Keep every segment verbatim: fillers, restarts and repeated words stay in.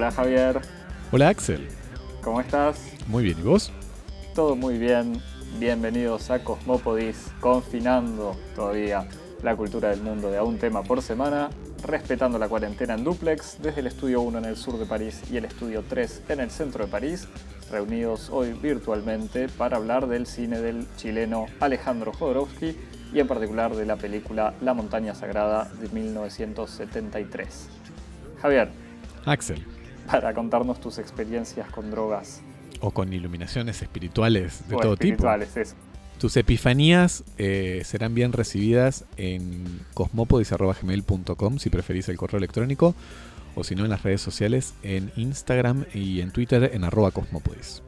Hola Javier. Hola Axel. ¿Cómo estás? Muy bien, ¿y vos? Todo muy bien. Bienvenidos a Cosmópodis, confinando todavía la cultura del mundo de a un tema por semana, respetando la cuarentena en dúplex, desde el Estudio uno en el sur de París y el Estudio tres en el centro de París, reunidos hoy virtualmente para hablar del cine del chileno Alejandro Jodorowsky y en particular de la película La Montaña Sagrada de mil novecientos setenta y tres. Javier. Axel. Para contarnos tus experiencias con drogas. O con iluminaciones espirituales de o todo espirituales, tipo. Eso. Tus epifanías eh, serán bien recibidas en cosmopodis arroba gmail punto com si preferís el correo electrónico, o si no en las redes sociales, en Instagram y en Twitter en arroba cosmopodis.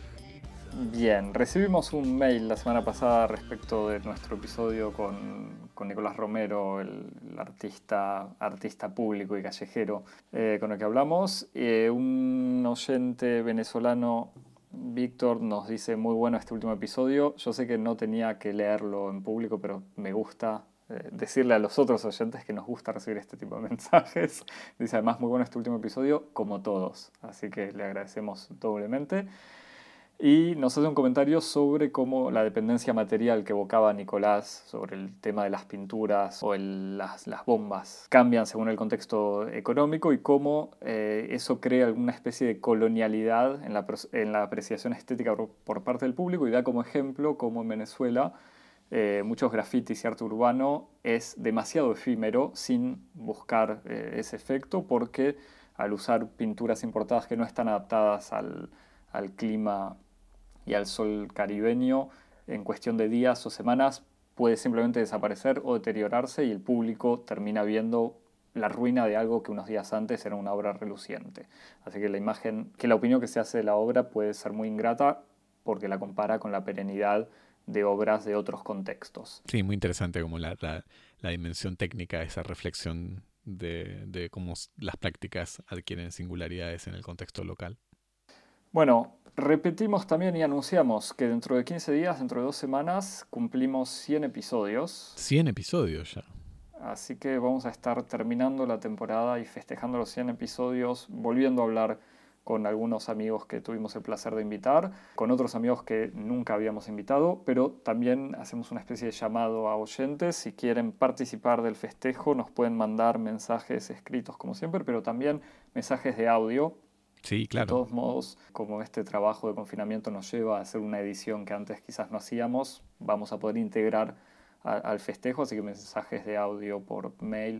Bien, recibimos un mail la semana pasada respecto de nuestro episodio con, con Nicolás Romero, el, el artista, artista público y callejero eh, con el que hablamos. Eh, un oyente venezolano, Víctor, nos dice: muy bueno este último episodio. Yo sé que no tenía que leerlo en público, pero me gusta eh, decirle a los otros oyentes que nos gusta recibir este tipo de mensajes. Dice además: muy bueno este último episodio, como todos. Así que le agradecemos doblemente. Y nos hace un comentario sobre cómo la dependencia material que evocaba Nicolás sobre el tema de las pinturas o el, las, las bombas cambian según el contexto económico y cómo eh, eso crea alguna especie de colonialidad en la, en la apreciación estética por, por parte del público, y da como ejemplo cómo en Venezuela eh, muchos grafitis y arte urbano es demasiado efímero sin buscar eh, ese efecto, porque al usar pinturas importadas que no están adaptadas al, al clima y al sol caribeño, en cuestión de días o semanas puede simplemente desaparecer o deteriorarse, y el público termina viendo la ruina de algo que unos días antes era una obra reluciente. Así que la imagen, que la opinión que se hace de la obra puede ser muy ingrata porque la compara con la perenidad de obras de otros contextos. Sí, muy interesante como la, la, la dimensión técnica, esa reflexión de, de cómo las prácticas adquieren singularidades en el contexto local. Bueno, repetimos también y anunciamos que dentro de quince días, dentro de dos semanas, cumplimos cien episodios. cien episodios ya. Así que vamos a estar terminando la temporada y festejando los cien episodios, volviendo a hablar con algunos amigos que tuvimos el placer de invitar, con otros amigos que nunca habíamos invitado, pero también hacemos una especie de llamado a oyentes. Si quieren participar del festejo, nos pueden mandar mensajes escritos como siempre, pero también mensajes de audio. Sí, claro. De todos modos, como este trabajo de confinamiento nos lleva a hacer una edición que antes quizás no hacíamos, vamos a poder integrar a, al festejo, así que mensajes de audio por mail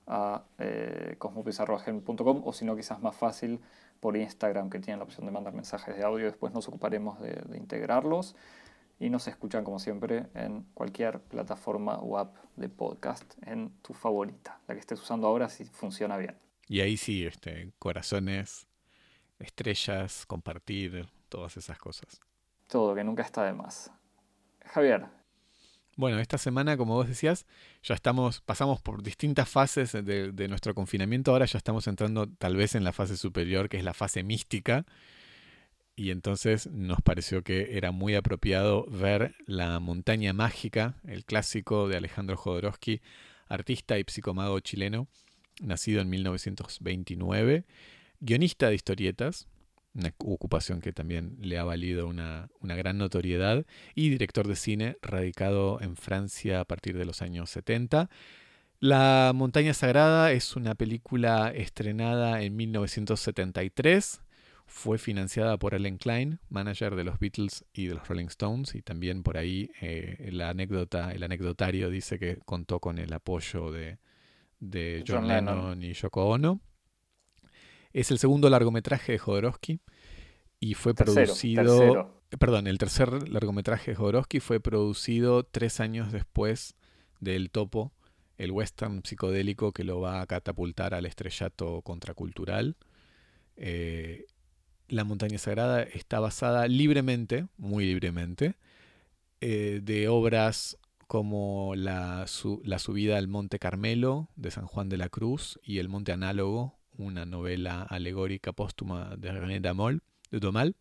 a eh, cosmopodis arroba gmail punto com, o si no, quizás más fácil, por Instagram, que tienen la opción de mandar mensajes de audio. Después nos ocuparemos de, de integrarlos, y nos escuchan como siempre en cualquier plataforma o app de podcast, en tu favorita, la que estés usando ahora, si funciona bien. Y ahí sí, este, corazones, estrellas, compartir, todas esas cosas. Todo, que nunca está de más. Javier. Bueno, esta semana, como vos decías, ya estamos, pasamos por distintas fases de, de nuestro confinamiento. Ahora ya estamos entrando tal vez en la fase superior, que es la fase mística. Y entonces nos pareció que era muy apropiado ver La Montaña Mágica, el clásico de Alejandro Jodorowsky, artista y psicomago chileno, nacido en mil novecientos veintinueve, guionista de historietas, una ocupación que también le ha valido una, una gran notoriedad, y director de cine radicado en Francia a partir de los años setenta. La Montaña Sagrada es una película estrenada en mil novecientos setenta y tres, fue financiada por Allen Klein, manager de los Beatles y de los Rolling Stones, y también por ahí eh, la anécdota, el anecdotario dice que contó con el apoyo de, de John, John Lennon. Lennon y Yoko Ono. Es el segundo largometraje de Jodorowsky y fue tercero, producido... Tercero. Perdón, el tercer largometraje de Jodorowsky fue producido tres años después de El Topo, el western psicodélico que lo va a catapultar al estrellato contracultural. Eh, La Montaña Sagrada está basada libremente, muy libremente, eh, de obras como la, su, la subida al Monte Carmelo de San Juan de la Cruz y El Monte Análogo, una novela alegórica póstuma de René Damol, de Domal.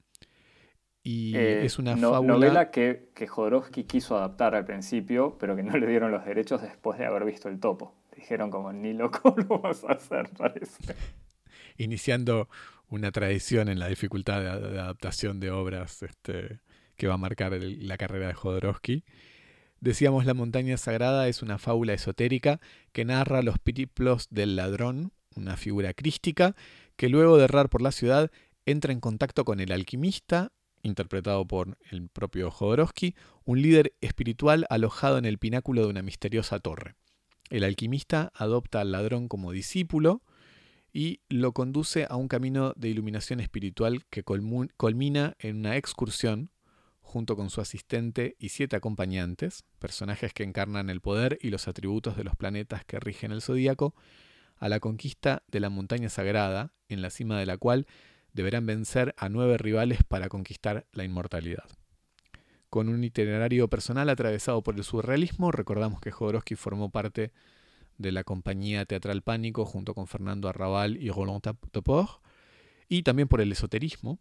Y eh, es una no, fábula... novela que, que Jodorowsky quiso adaptar al principio, pero que no le dieron los derechos después de haber visto El Topo. Dijeron como: ni loco lo vas a hacer, parece. Iniciando una tradición en la dificultad de, de adaptación de obras este, que va a marcar el, la carrera de Jodorowsky. Decíamos, La montaña sagrada es una fábula esotérica que narra los periplos del ladrón, una figura crística, que luego de errar por la ciudad entra en contacto con el alquimista, interpretado por el propio Jodorowsky, un líder espiritual alojado en el pináculo de una misteriosa torre. El alquimista adopta al ladrón como discípulo y lo conduce a un camino de iluminación espiritual que culmina en una excursión junto con su asistente y siete acompañantes, personajes que encarnan el poder y los atributos de los planetas que rigen el zodíaco, a la conquista de la montaña sagrada, en la cima de la cual deberán vencer a nueve rivales para conquistar la inmortalidad. Con un itinerario personal atravesado por el surrealismo, recordamos que Jodorowsky formó parte de la compañía teatral Pánico junto con Fernando Arrabal y Roland Topor, y también por el esoterismo,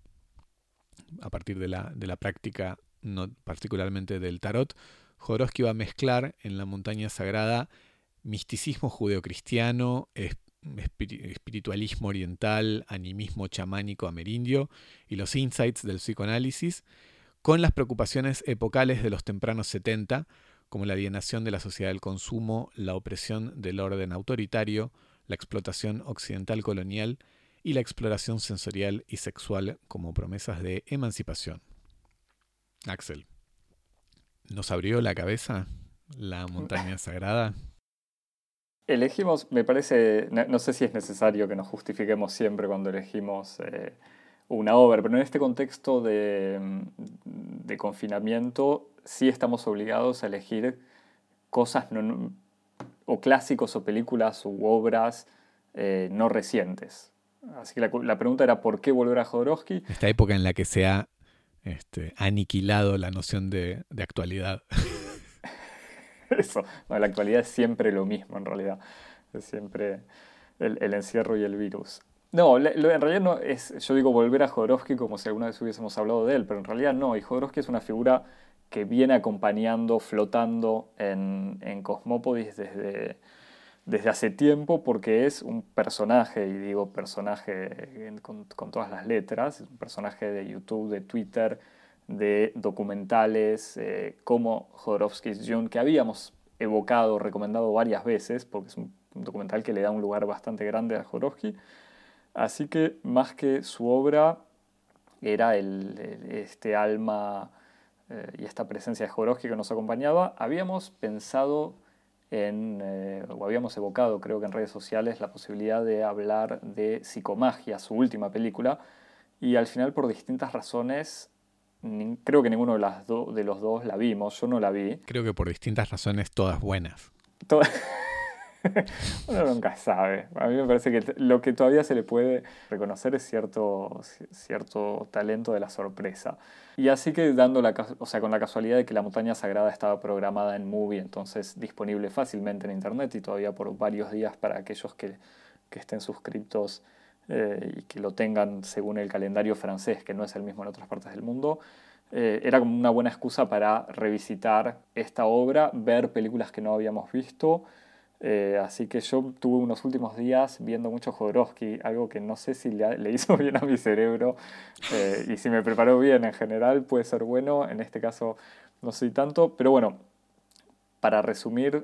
a partir de la, de la práctica, no particularmente del tarot. Jodorowsky va a mezclar en la montaña sagrada misticismo judeocristiano, espiritualismo oriental, animismo chamánico amerindio y los insights del psicoanálisis, con las preocupaciones epocales de los tempranos setenta, como la alienación de la sociedad del consumo, la opresión del orden autoritario, la explotación occidental colonial y la exploración sensorial y sexual como promesas de emancipación. Axel, ¿nos abrió la cabeza la montaña sagrada? Elegimos, me parece, no, no sé si es necesario que nos justifiquemos siempre cuando elegimos eh, una obra, pero en este contexto de, de confinamiento sí estamos obligados a elegir cosas no, o clásicos o películas u obras eh, no recientes. Así que la, la pregunta era ¿por qué volver a Jodorowsky? Esta época en la que se ha este, aniquilado la noción de, de actualidad. Eso, no, la actualidad es siempre lo mismo en realidad, es siempre el, el encierro y el virus. No, le, lo, en realidad no es, yo digo volver a Jodorowsky como si alguna vez hubiésemos hablado de él, pero en realidad no, y Jodorowsky es una figura que viene acompañando, flotando en, en Cosmópodis desde, desde hace tiempo porque es un personaje, y digo personaje con, con todas las letras, es un personaje de YouTube, de Twitter, de documentales eh, como Jodorowsky's Dune, que habíamos evocado, recomendado varias veces, porque es un, un documental que le da un lugar bastante grande a Jodorowsky. Así que más que su obra, era el, el, este alma eh, y esta presencia de Jodorowsky que nos acompañaba. Habíamos pensado en, eh, o habíamos evocado, creo que en redes sociales, la posibilidad de hablar de Psicomagia, su última película, y al final por distintas razones creo que ninguno de, las do, de los dos la vimos, yo no la vi. Creo que por distintas razones todas buenas. Todo... Uno nunca sabe. A mí me parece que lo que todavía se le puede reconocer es cierto, cierto talento de la sorpresa. Y así que dando la, o sea, con la casualidad de que La montaña sagrada estaba programada en Movie, entonces disponible fácilmente en internet y todavía por varios días para aquellos que, que estén suscriptos Eh, y que lo tengan según el calendario francés, que no es el mismo en otras partes del mundo, eh, era como una buena excusa para revisitar esta obra, ver películas que no habíamos visto. Eh, así que yo tuve unos últimos días viendo mucho Jodorowsky, algo que no sé si le, le hizo bien a mi cerebro eh, y si me preparó bien en general puede ser bueno, en este caso no soy tanto, pero bueno, para resumir,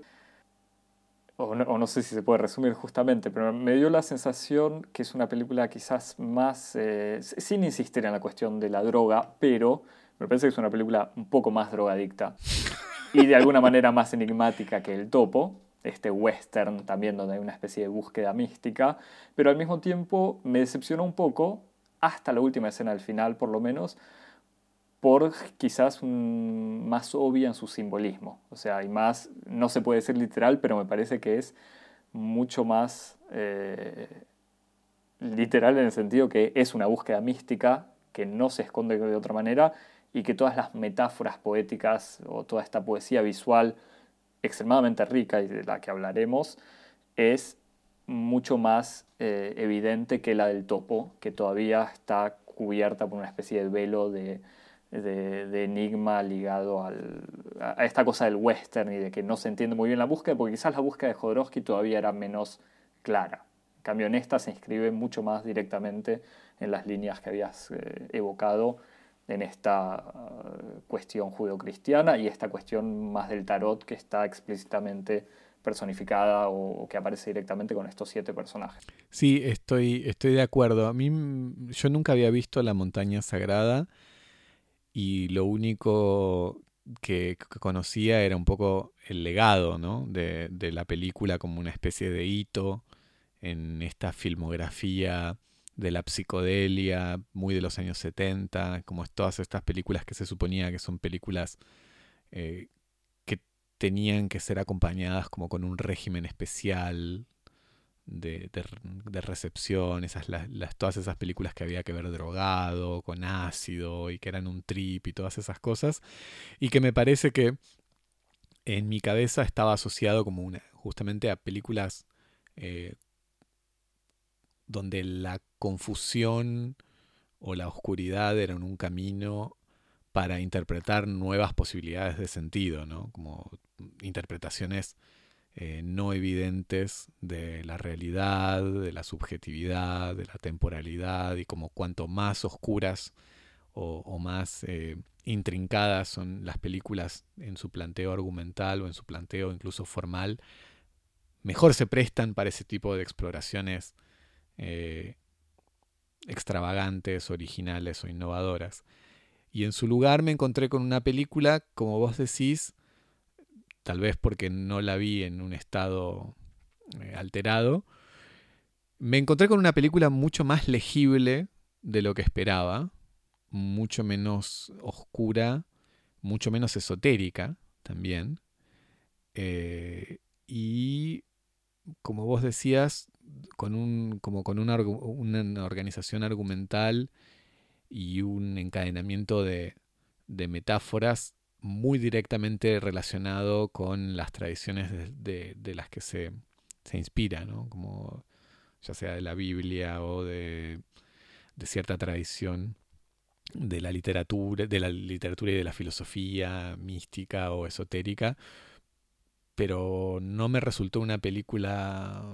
O no, o no sé si se puede resumir justamente, pero me dio la sensación que es una película quizás más, eh, sin insistir en la cuestión de la droga, pero me parece que es una película un poco más drogadicta y de alguna manera más enigmática que El Topo, este western también donde hay una especie de búsqueda mística, pero al mismo tiempo me decepcionó un poco, hasta la última escena del final por lo menos, por quizás un, más obvia en su simbolismo. O sea, y más, no se puede decir literal, pero me parece que es mucho más eh, literal en el sentido que es una búsqueda mística que no se esconde de otra manera y que todas las metáforas poéticas o toda esta poesía visual extremadamente rica y de la que hablaremos es mucho más eh, evidente que la del Topo, que todavía está cubierta por una especie de velo de De, de enigma ligado al, a esta cosa del western y de que no se entiende muy bien la búsqueda, porque quizás la búsqueda de Jodorowsky todavía era menos clara cambio, en esta se inscribe mucho más directamente en las líneas que habías eh, evocado, en esta uh, cuestión judeocristiana y esta cuestión más del tarot que está explícitamente personificada o, o que aparece directamente con estos siete personajes. Sí, estoy, estoy de acuerdo. A mí, yo nunca había visto La Montaña Sagrada y lo único que, que conocía era un poco el legado, ¿no? de, de la película como una especie de hito en esta filmografía de la psicodelia muy de los años setenta, como todas estas películas que se suponía que son películas eh, que tenían que ser acompañadas como con un régimen especial de, de, de recepción, esas, las, las, todas esas películas que había que ver drogado, con ácido y que eran un trip y todas esas cosas, y que me parece que en mi cabeza estaba asociado como una, justamente a películas eh, donde la confusión o la oscuridad eran un camino para interpretar nuevas posibilidades de sentido, ¿no? Como interpretaciones eh, no evidentes de la realidad, de la subjetividad, de la temporalidad, y como cuanto más oscuras o, o más eh, intrincadas son las películas en su planteo argumental o en su planteo incluso formal, mejor se prestan para ese tipo de exploraciones eh, extravagantes, originales o innovadoras. Y en su lugar me encontré con una película, como vos decís, tal vez porque no la vi en un estado eh, alterado, me encontré con una película mucho más legible de lo que esperaba, mucho menos oscura, mucho menos esotérica también. Eh, y como vos decías, con un, como con una, una organización argumental y un encadenamiento de, de metáforas muy directamente relacionado con las tradiciones de, de, de las que se, se inspira, ¿no? Como ya sea de la Biblia o de, de cierta tradición de la literatura, de la literatura y de la filosofía mística o esotérica, pero no me resultó una película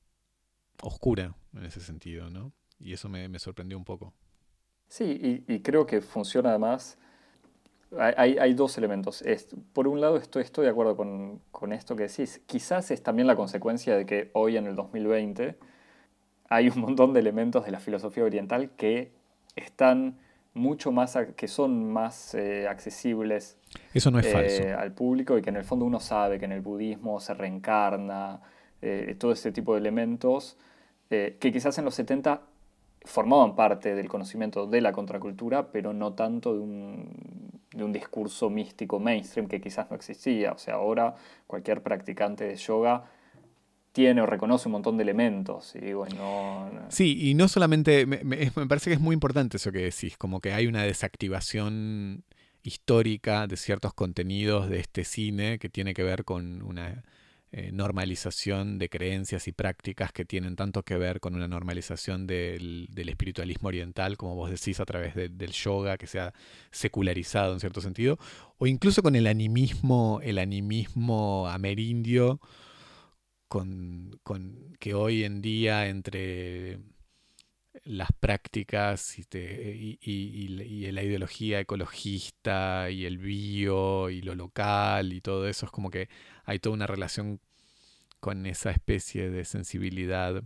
oscura en ese sentido, ¿no? Y eso me, me sorprendió un poco. Sí, y, y creo que funciona además. Hay, hay dos elementos. Es, por un lado, estoy, estoy de acuerdo con, con esto que decís. Quizás es también la consecuencia de que hoy, en el dos mil veinte, hay un montón de elementos de la filosofía oriental que están mucho más, ac- que son más eh, accesibles Eso no es falso. eh, al público y que en el fondo uno sabe que en el budismo se reencarna, eh, todo ese tipo de elementos eh, que quizás en los setenta formaban parte del conocimiento de la contracultura, pero no tanto de un, de un discurso místico mainstream que quizás no existía. O sea, ahora cualquier practicante de yoga tiene o reconoce un montón de elementos. Y bueno, no- Sí, y no solamente, me, me- me parece que es muy importante eso que decís, como que hay una desactivación histórica de ciertos contenidos de este cine que tiene que ver con una eh, normalización de creencias y prácticas que tienen tanto que ver con una normalización del, del espiritualismo oriental, como vos decís, a través de- del yoga, que se ha secularizado en cierto sentido, o incluso con el animismo, el animismo amerindio, con, con que hoy en día entre las prácticas y, te- y- y- y la ideología ecologista y el bio y lo local y todo eso, es como que hay toda una relación con esa especie de sensibilidad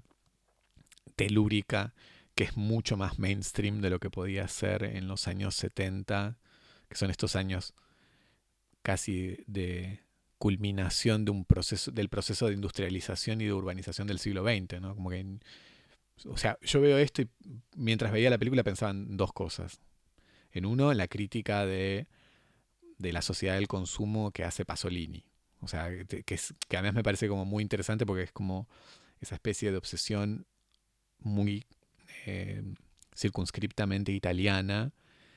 telúrica que es mucho más mainstream de lo que podía ser en los años setenta, que son estos años casi de culminación de un proceso, del proceso de industrialización y de urbanización del siglo veinte, ¿no? Como que en- o sea, yo veo esto y mientras veía la película pensaba en dos cosas. En uno, en la crítica de, de la sociedad del consumo que hace Pasolini. O sea, que, que, es, que además me parece como muy interesante porque es como esa especie de obsesión muy eh, circunscriptamente italiana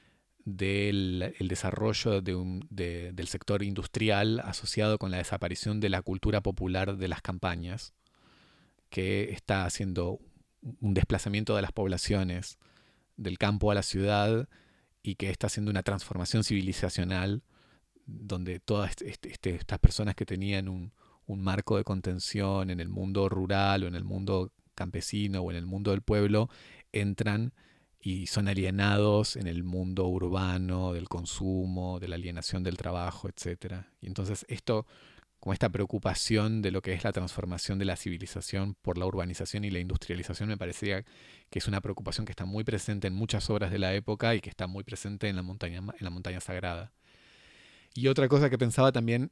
del el desarrollo de un, de, del sector industrial asociado con la desaparición de la cultura popular de las campañas, que está haciendo un desplazamiento de las poblaciones del campo a la ciudad y que está haciendo una transformación civilizacional donde todas este, este, estas personas que tenían un, un marco de contención en el mundo rural o en el mundo campesino o en el mundo del pueblo, entran y son alienados en el mundo urbano, del consumo, de la alienación del trabajo, etcétera. Y entonces esto, como esta preocupación de lo que es la transformación de la civilización por la urbanización y la industrialización, me parecía que es una preocupación que está muy presente en muchas obras de la época y que está muy presente en la montaña, en la montaña sagrada. Y otra cosa que pensaba también,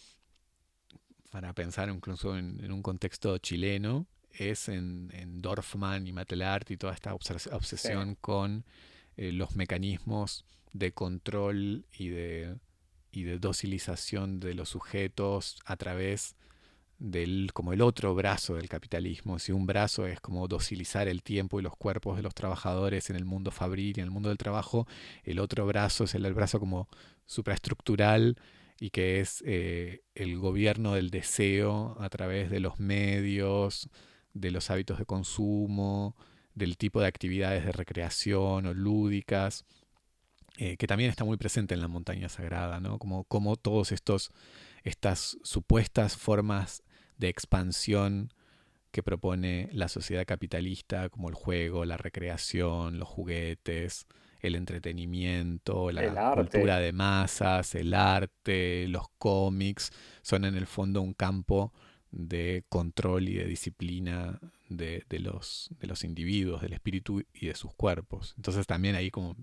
para pensar incluso en, en un contexto chileno, es en, en Dorfman y Matelart y toda esta obsesión sí. con eh, los mecanismos de control y de, y de docilización de los sujetos a través del como el otro brazo del capitalismo. Si un brazo es como docilizar el tiempo y los cuerpos de los trabajadores en el mundo fabril y en el mundo del trabajo, el otro brazo es el, el brazo como supraestructural y que es eh, el gobierno del deseo a través de los medios, de los hábitos de consumo, del tipo de actividades de recreación o lúdicas, eh, que también está muy presente en la montaña sagrada, ¿no? Como, como todos estos estas supuestas formas de expansión que propone la sociedad capitalista, como el juego, la recreación, los juguetes, el entretenimiento, la el cultura de masas, el arte, los cómics, son en el fondo un campo de control y de disciplina de, de, los, de los individuos, del espíritu y de sus cuerpos. Entonces también ahí como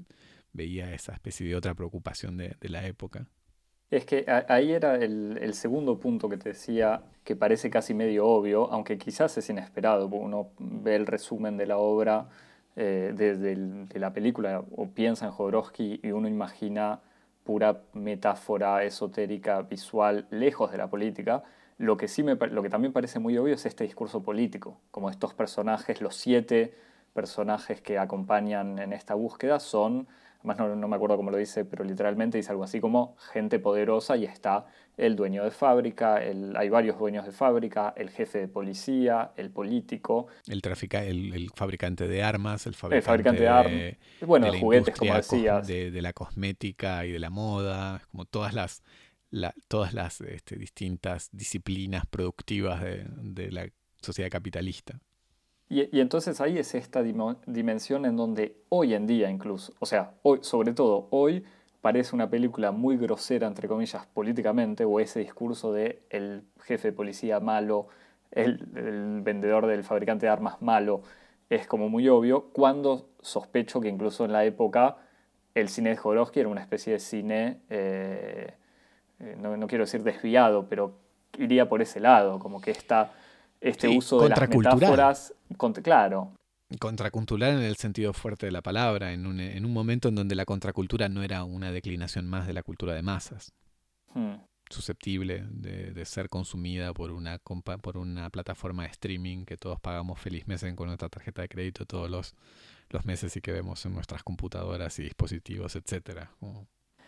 veía esa especie de otra preocupación de, de la época. Es que ahí era el, el segundo punto que te decía, que parece casi medio obvio, aunque quizás es inesperado, porque uno ve el resumen de la obra, eh, de, de, de la película, o piensa en Jodorowsky y uno imagina pura metáfora esotérica, visual, lejos de la política. Lo que, sí me, lo que también parece muy obvio es este discurso político, como estos personajes, los siete personajes que acompañan en esta búsqueda son... Además no, no me acuerdo cómo lo dice, pero literalmente dice algo así como gente poderosa y está el dueño de fábrica, el, hay varios dueños de fábrica, el jefe de policía, el político. El, trafica, el, el fabricante de armas, el fabricante, el fabricante de, armas, de, bueno, de de la juguetes, como decías. De, de la cosmética y de la moda, como todas las, la, todas las este, distintas disciplinas productivas de, de la sociedad capitalista. Y, y entonces ahí es esta dim- dimensión en donde hoy en día incluso, o sea, hoy, sobre todo hoy, parece una película muy grosera, entre comillas, políticamente, o ese discurso de el jefe de policía malo, el, el vendedor del fabricante de armas malo, es como muy obvio, cuando sospecho que incluso en la época el cine de Jodorowsky era una especie de cine, eh, eh, no, no quiero decir desviado, pero iría por ese lado, como que esta este sí, uso de las metáforas, cont claro. Contracultural en el sentido fuerte de la palabra, en un, en un momento en donde la contracultura no era una declinación más de la cultura de masas, hmm. susceptible de, de ser consumida por una, compa, por una plataforma de streaming que todos pagamos felizmente con nuestra tarjeta de crédito todos los, los meses y que vemos en nuestras computadoras y dispositivos, etcétera. Como...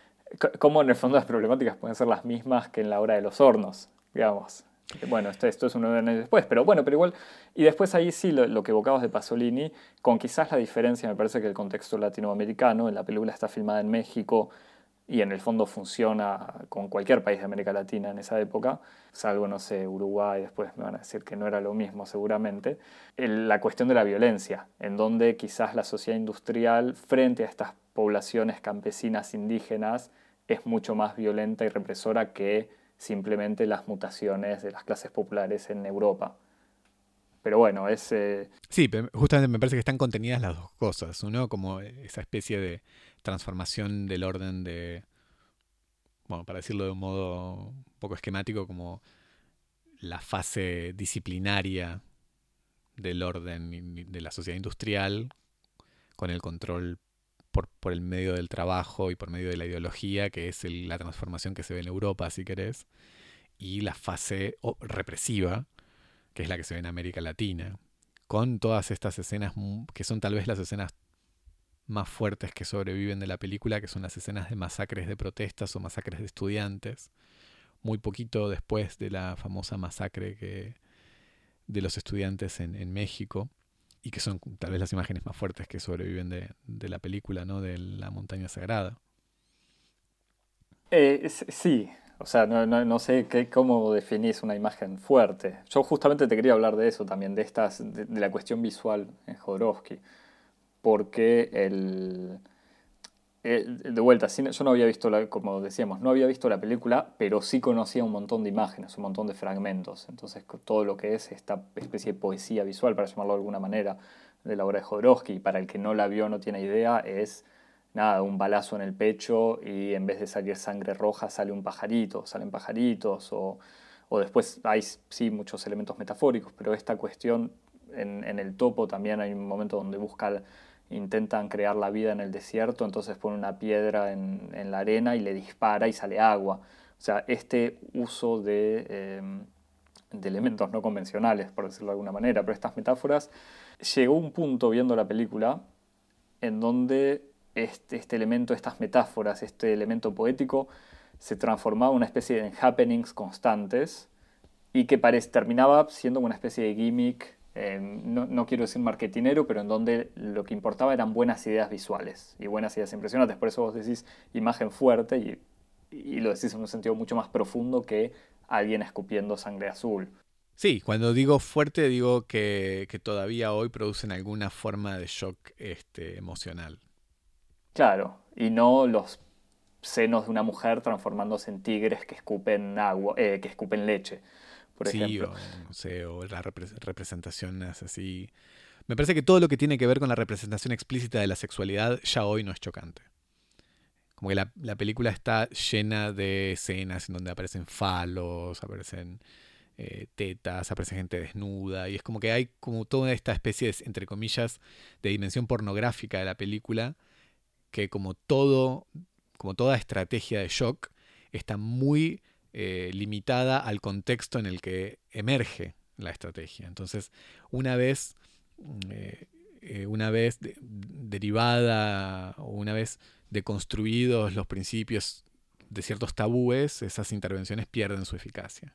Como en el fondo las problemáticas pueden ser las mismas que en la hora de los hornos, digamos. Bueno, esto, esto es unos años después, pero bueno, pero igual. Y después ahí sí lo, lo que evocabas de Pasolini, con quizás la diferencia, me parece que el contexto latinoamericano, en la película está filmada en México y en el fondo funciona con cualquier país de América Latina en esa época, salvo, no sé, Uruguay, después me van a decir que no era lo mismo seguramente. El, la cuestión de la violencia, en donde quizás la sociedad industrial, frente a estas poblaciones campesinas indígenas, es mucho más violenta y represora que simplemente las mutaciones de las clases populares en Europa. Pero bueno, es... Eh... Sí, justamente me parece que están contenidas las dos cosas. Uno, como esa especie de transformación del orden de... Bueno, para decirlo de un modo un poco esquemático, como la fase disciplinaria del orden de la sociedad industrial con el control por, por el medio del trabajo y por medio de la ideología, que es el, la transformación que se ve en Europa, si querés, y la fase oh, represiva, que es la que se ve en América Latina, con todas estas escenas que son tal vez las escenas más fuertes que sobreviven de la película, que son las escenas de masacres de protestas o masacres de estudiantes, muy poquito después de la famosa masacre que, de los estudiantes en, en México, y que son tal vez las imágenes más fuertes que sobreviven de, de la película, ¿no? De la montaña sagrada. Eh, sí, O sea, no, no, no sé qué, cómo definís una imagen fuerte. Yo justamente te quería hablar de eso también, de estas, de, de la cuestión visual en Jodorowsky. Porque el, eh, de vuelta, sí, yo no había visto, la, como decíamos, no había visto la película, pero sí conocía un montón de imágenes, un montón de fragmentos. Entonces, todo lo que es esta especie de poesía visual, para llamarlo de alguna manera, de la obra de Jodorowsky, para el que no la vio, no tiene idea, es nada, un balazo en el pecho y en vez de salir sangre roja sale un pajarito, salen pajaritos, o, o después hay sí muchos elementos metafóricos, pero esta cuestión en, en el topo también hay un momento donde busca intentan crear la vida en el desierto, entonces pone una piedra en, en la arena y le dispara y sale agua. O sea, este uso de, eh, de elementos no convencionales, por decirlo de alguna manera, pero estas metáforas, llegó un punto viendo la película en donde este, este elemento, estas metáforas, este elemento poético, se transformaba en una especie de happenings constantes y que parece, terminaba siendo una especie de gimmick, eh, no, no quiero decir marketinero, pero en donde lo que importaba eran buenas ideas visuales y buenas ideas impresionantes. Por eso vos decís imagen fuerte y, y lo decís en un sentido mucho más profundo que alguien escupiendo sangre azul. Sí, cuando digo fuerte digo que, que todavía hoy producen alguna forma de shock este, emocional. Claro, y no los senos de una mujer transformándose en tigres que escupen agua, eh, que escupen leche, por Sí, ejemplo. o no sé, o las repre- representaciones así. Me parece que todo lo que tiene que ver con la representación explícita de la sexualidad ya hoy no es chocante. Como que la, la película está llena de escenas en donde aparecen falos, aparecen eh, tetas, aparece gente desnuda, y es como que hay como toda esta especie de, entre comillas, de dimensión pornográfica de la película, que como todo, como toda estrategia de shock, está muy eh, limitada al contexto en el que emerge la estrategia. Entonces, una vez, eh, eh, una vez de, derivada o una vez deconstruidos los principios de ciertos tabúes, esas intervenciones pierden su eficacia.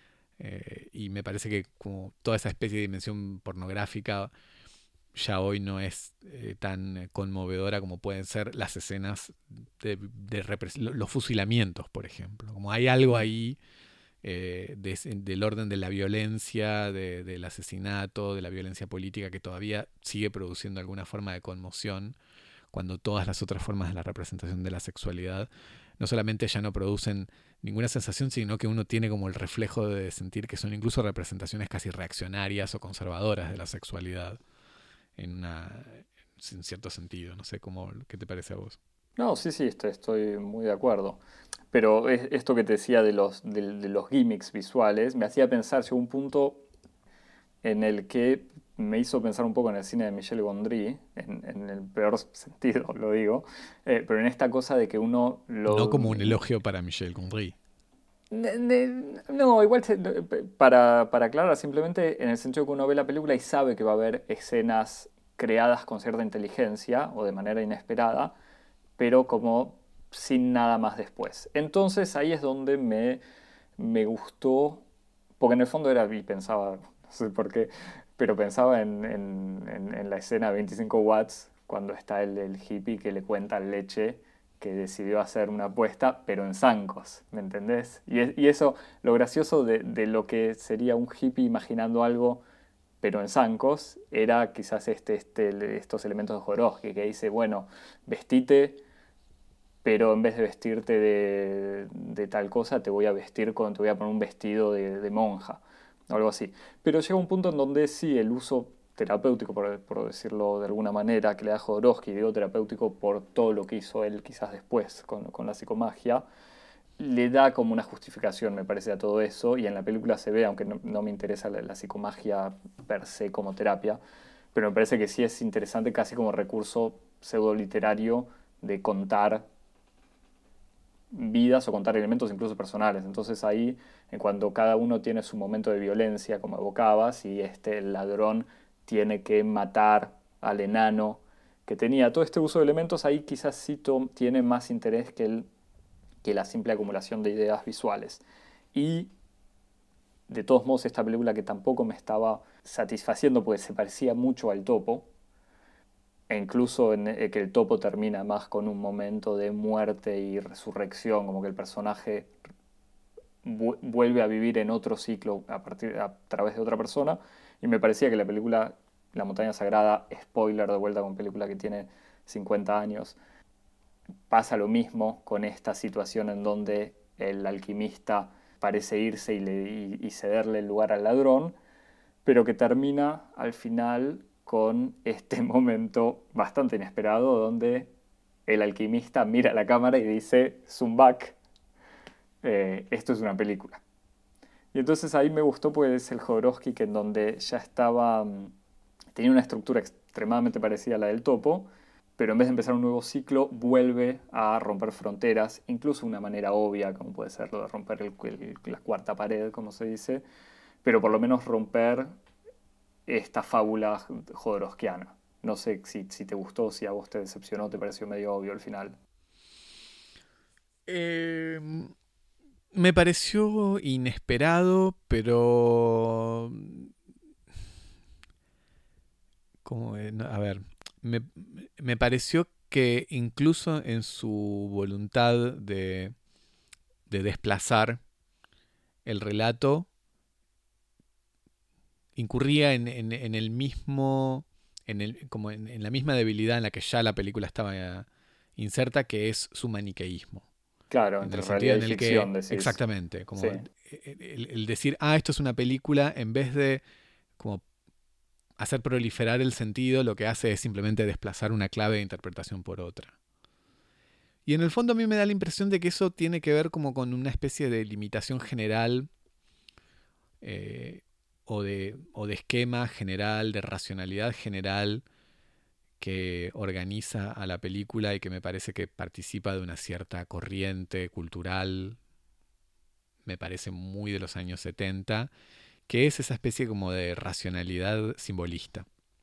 Eh, y me parece que como toda esa especie de dimensión pornográfica ya hoy no es eh, tan conmovedora como pueden ser las escenas de, de repres- los fusilamientos, por ejemplo. Como hay algo Mm. ahí eh, de, del orden de la violencia, de, del asesinato, de la violencia política que todavía sigue produciendo alguna forma de conmoción, cuando todas las otras formas de la representación de la sexualidad no solamente ya no producen ninguna sensación, sino que uno tiene como el reflejo de sentir que son incluso representaciones casi reaccionarias o conservadoras de la sexualidad en, una, en cierto sentido. No sé cómo, qué te parece a vos. No, sí, sí, estoy, estoy muy de acuerdo. Pero es- esto que te decía de los, de, de los gimmicks visuales me hacía pensar, llegó un punto en el que me hizo pensar un poco en el cine de Michel Gondry, en, en el peor sentido lo digo, eh, pero en esta cosa de que uno No lo... como un elogio para Michel Gondry. Ne- ne- No, igual se- para, para aclarar, simplemente en el sentido que uno ve la película y sabe que va a haber escenas creadas con cierta inteligencia o de manera inesperada, pero como sin nada más después. Entonces ahí es donde me, me gustó, porque en el fondo era, y pensaba, no sé por qué, pero pensaba en, en- en- en la escena de veinticinco watts, cuando está el, el hippie que le cuenta al Leche que decidió hacer una apuesta, pero en zancos, ¿me entendés? Y, es- y eso, lo gracioso de, de lo que sería un hippie imaginando algo, pero en zancos, era quizás este, este, estos elementos de Jodorowsky, que dice, bueno, vestite, pero en vez de vestirte de, de tal cosa, te voy a vestir con, te voy a poner un vestido de, de monja, o algo así. Pero llega un punto en donde sí, el uso terapéutico, por, por decirlo de alguna manera, que le da Jodorowsky, digo terapéutico por todo lo que hizo él quizás después con, con la psicomagia, le da como una justificación, me parece, a todo eso, y en la película se ve, aunque no, no me interesa la, la psicomagia per se como terapia, pero me parece que sí es interesante casi como recurso pseudo literario de contar vidas o contar elementos incluso personales. Entonces ahí, en cuanto cada uno tiene su momento de violencia, como evocabas, y este el ladrón tiene que matar al enano que tenía todo este uso de elementos, ahí quizás sí tiene más interés que, el, que la simple acumulación de ideas visuales. Y de todos modos, esta película que tampoco me estaba satisfaciendo porque se parecía mucho al topo, e incluso en eh, que el topo termina más con un momento de muerte y resurrección, como que el personaje vu- vuelve a vivir en otro ciclo a, partir, a través de otra persona. Y me parecía que la película La Montaña Sagrada, spoiler de vuelta con película que tiene cincuenta años, pasa lo mismo con esta situación en donde el alquimista parece irse y, le- y- y cederle el lugar al ladrón, pero que termina al final con este momento bastante inesperado donde el alquimista mira a la cámara y dice, Zumbak, eh, esto es una película. Y entonces ahí me gustó pues es el Jodorowsky que en donde ya estaba, mm, tenía una estructura extremadamente parecida a la del Topo, pero en vez de empezar un nuevo ciclo, vuelve a romper fronteras, incluso de una manera obvia, como puede ser lo de romper el- el- la cuarta pared, como se dice, pero por lo menos romper esta fábula jodorowskiana. No sé si, si te gustó, si a vos te decepcionó, te pareció medio obvio al final. Eh, Me pareció inesperado, pero... Como, eh, no, a ver, me, me pareció que incluso en su voluntad de, de desplazar el relato, incurría en, en- en el mismo, en el, como en, en la misma debilidad en la que ya la película estaba eh, inserta, que es su maniqueísmo. Claro, En entre el sentido realidad y en el que, ficción, decís. exactamente, Sí, como el, el decir, ah, esto es una película, en vez de como hacer proliferar el sentido, lo que hace es simplemente desplazar una clave de interpretación por otra. Y en el fondo a mí me da la impresión de que eso tiene que ver como con una especie de limitación general eh, o, de, o de esquema general, de racionalidad general que organiza a la película y que me parece que participa de una cierta corriente cultural, me parece muy de los años setenta, que es esa especie como de racionalidad simbolista,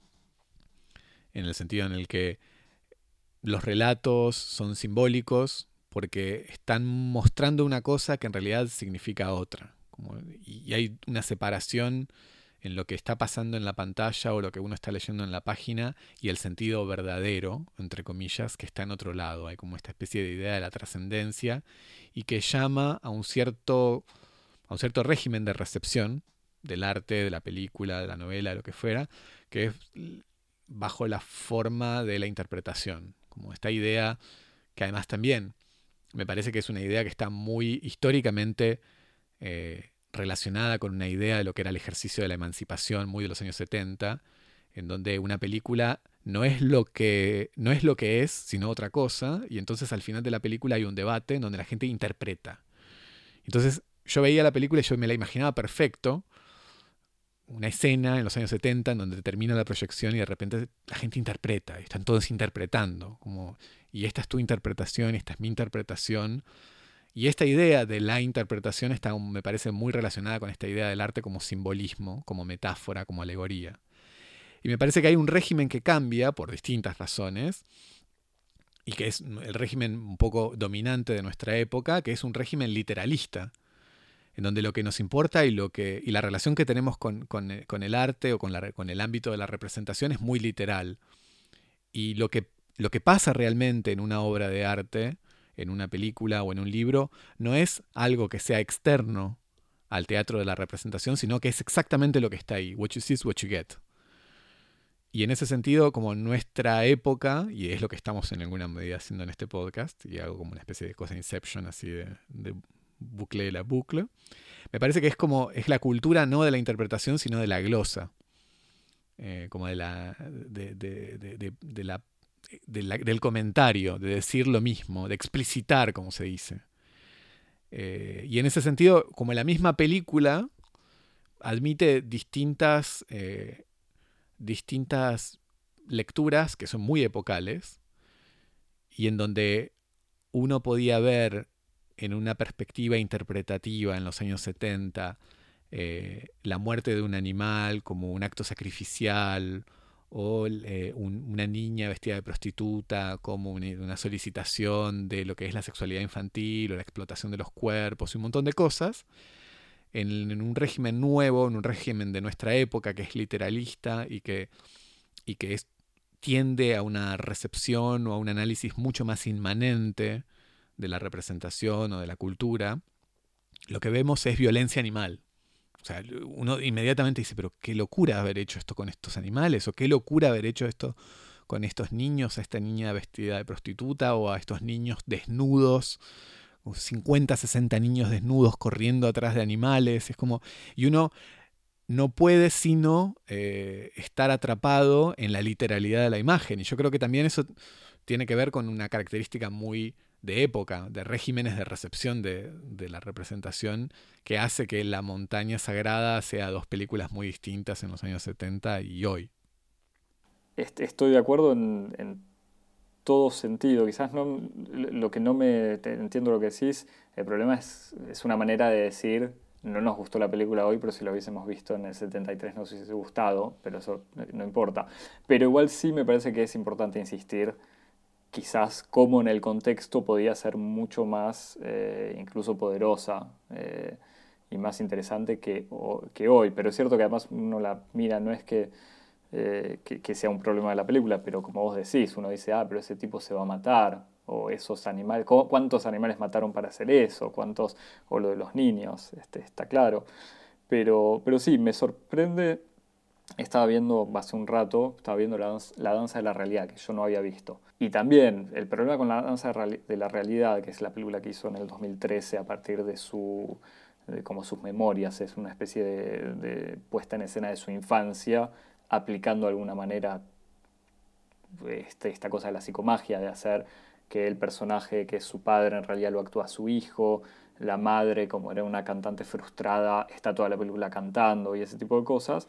en el sentido en el que los relatos son simbólicos porque están mostrando una cosa que en realidad significa otra. Como, y hay una separación en lo que está pasando en la pantalla o lo que uno está leyendo en la página y el sentido verdadero, entre comillas, que está en otro lado. Hay como esta especie de idea de la trascendencia y que llama a un cierto, a un cierto régimen de recepción del arte, de la película, de la novela, de lo que fuera, que es bajo la forma de la interpretación. Como esta idea que además también me parece que es una idea que está muy históricamente eh, relacionada con una idea de lo que era el ejercicio de la emancipación muy de los años setenta, en donde una película no es lo que, no es, lo que es, sino otra cosa, y entonces al final de la película hay un debate en donde la gente interpreta. Entonces yo veía la película y yo me la imaginaba perfecto, una escena en los años setenta en donde termina la proyección y de repente la gente interpreta, y están todos interpretando, como, y esta es tu interpretación, y esta es mi interpretación, y esta idea de la interpretación está, me parece, muy relacionada con esta idea del arte como simbolismo, como metáfora, como alegoría. Y me parece que hay un régimen que cambia por distintas razones, y que es el régimen un poco dominante de nuestra época, que es un régimen literalista, en donde lo que nos importa y, lo que, y la relación que tenemos con, con, con el arte o con, la, con el ámbito de la representación es muy literal. Y lo que, lo que pasa realmente en una obra de arte, en una película o en un libro, no es algo que sea externo al teatro de la representación, sino que es exactamente lo que está ahí. What you see is what you get. Y en ese sentido, como nuestra época, y es lo que estamos en alguna medida haciendo en este podcast, y hago como una especie de cosa Inception, así de, de bucle de la bucle, me parece que es como, es la cultura no de la interpretación, sino de la glosa, eh, como de la, de, de, de, de, de la, de la, del comentario, de decir lo mismo, de explicitar, como se dice. Eh, y en ese sentido, como la misma película admite distintas, eh, distintas lecturas que son muy epocales, y en donde uno podía ver en una perspectiva interpretativa en los años setenta eh, la muerte de un animal como un acto sacrificial o eh, un, una niña vestida de prostituta como una, una solicitación de lo que es la sexualidad infantil o la explotación de los cuerpos y un montón de cosas en, en un régimen nuevo, en un régimen de nuestra época que es literalista y que, y que es, tiende a una recepción o a un análisis mucho más inmanente de la representación o de la cultura, lo que vemos es violencia animal. O sea, uno inmediatamente dice, pero qué locura haber hecho esto con estos animales, o qué locura haber hecho esto con estos niños, a esta niña vestida de prostituta, o a estos niños desnudos, cincuenta, sesenta niños desnudos corriendo atrás de animales. Es como, y uno no puede sino eh, estar atrapado en la literalidad de la imagen. Y yo creo que también eso tiene que ver con una característica muy de época, de regímenes de recepción de, de la representación, que hace que La montaña sagrada sea dos películas muy distintas en los años setenta y hoy. Estoy de acuerdo en, en todo sentido. Quizás no, lo que no me te- entiendo lo que decís, el problema es, es una manera de decir, no nos gustó la película hoy, pero si la hubiésemos visto en el setenta y tres nos hubiese gustado, pero eso no no importa. Pero igual sí me parece que es importante insistir, quizás como en el contexto podía ser mucho más, eh, incluso poderosa, eh, y más interesante que, o- que hoy. Pero es cierto que además uno la mira, no es que eh, que, que sea un problema de la película, pero como vos decís, uno dice, ah, pero ese tipo se va a matar, o esos animales, ¿cu- ¿cuántos animales mataron para hacer eso? ¿Cuántos? O lo de los niños, este, está claro. Pero, pero sí, me sorprende, estaba viendo hace un rato, estaba viendo la danza, la danza de la realidad, que yo no había visto. Y también el problema con la danza de, reali- de la realidad, que es la película que hizo en el dos mil trece a partir de su de como sus memorias, es una especie de, de puesta en escena de su infancia, aplicando de alguna manera este, esta cosa de la psicomagia, de hacer que el personaje que es su padre en realidad lo actúa su hijo, la madre, como era una cantante frustrada, está toda la película cantando y ese tipo de cosas,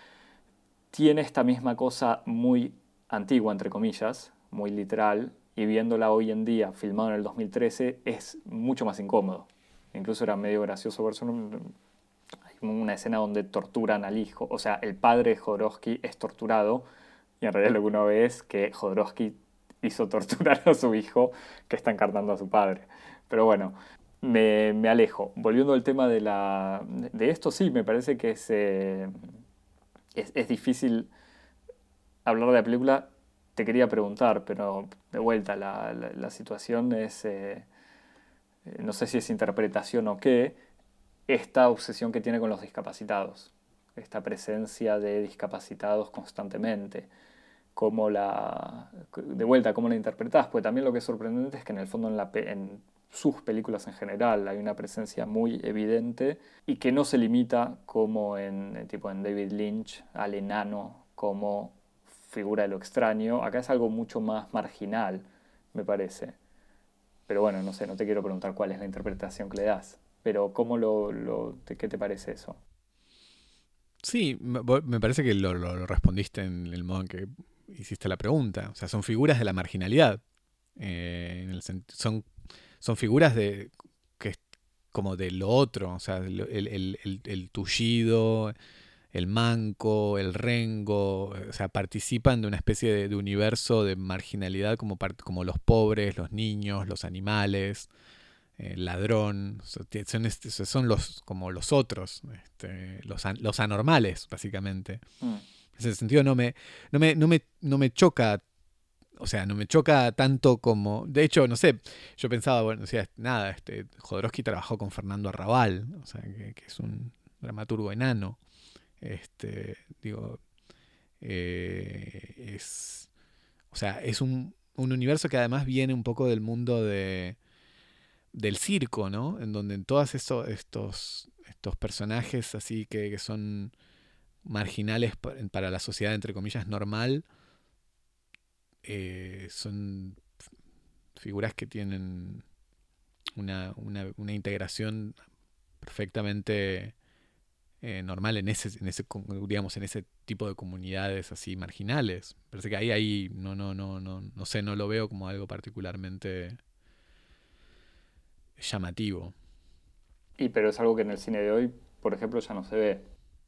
tiene esta misma cosa muy antigua, entre comillas, muy literal, y viéndola hoy en día, filmado en el dos mil trece, es mucho más incómodo. Incluso era medio gracioso ver hay una escena donde torturan al hijo, o sea, el padre de Jodorowsky es torturado, y en realidad lo que uno ve es que Jodorowsky hizo torturar a su hijo que está encarnando a su padre. Pero bueno, me, me alejo. Volviendo al tema de, la, de esto, sí, me parece que es, eh, es, es difícil hablar de la película. Te quería preguntar, pero de vuelta, la, la, la situación es, eh, no sé si es interpretación o qué, esta obsesión que tiene con los discapacitados, esta presencia de discapacitados constantemente, cómo la, de vuelta, cómo la interpretás, pues también lo que es sorprendente es que en el fondo en, la, en sus películas en general hay una presencia muy evidente y que no se limita como en, tipo en David Lynch al enano como figura de lo extraño, acá es algo mucho más marginal, me parece. Pero bueno, no sé, no te quiero preguntar cuál es la interpretación que le das. Pero ¿cómo lo, lo te- qué te parece eso? Sí, me me parece que lo, lo- lo respondiste en el modo en que hiciste la pregunta. O sea, son figuras de la marginalidad. Eh, en el sen- son, son figuras de que es como de lo otro. O sea, el, el, el- el- el tullido, el manco, el rengo. O sea, participan de una especie de, de universo de marginalidad como, part- como los pobres, los niños, los animales, el ladrón. Son, este- son los como los otros, este, los, an- los anormales, básicamente. Mm. En ese sentido no me, no me, no me, no me choca, o sea, no me choca tanto como. De hecho, no sé, yo pensaba, bueno, o sea, nada, este, Jodorowsky trabajó con Fernando Arrabal, o sea, que, que es un dramaturgo enano. Este, digo, eh, es. O sea, es un, un universo que además viene un poco del mundo de, del circo, ¿no? En donde en todos eso, estos, estos personajes así que, que son marginales pa- para la sociedad, entre comillas, normal, eh, son figuras que tienen una, una, una integración perfectamente eh, normal en ese, en ese, digamos, en ese tipo de comunidades así marginales. Parece que ahí, ahí no, no, no, no, no sé, no lo veo como algo particularmente llamativo. Y pero es algo que en el cine de hoy, por ejemplo, ya no se ve.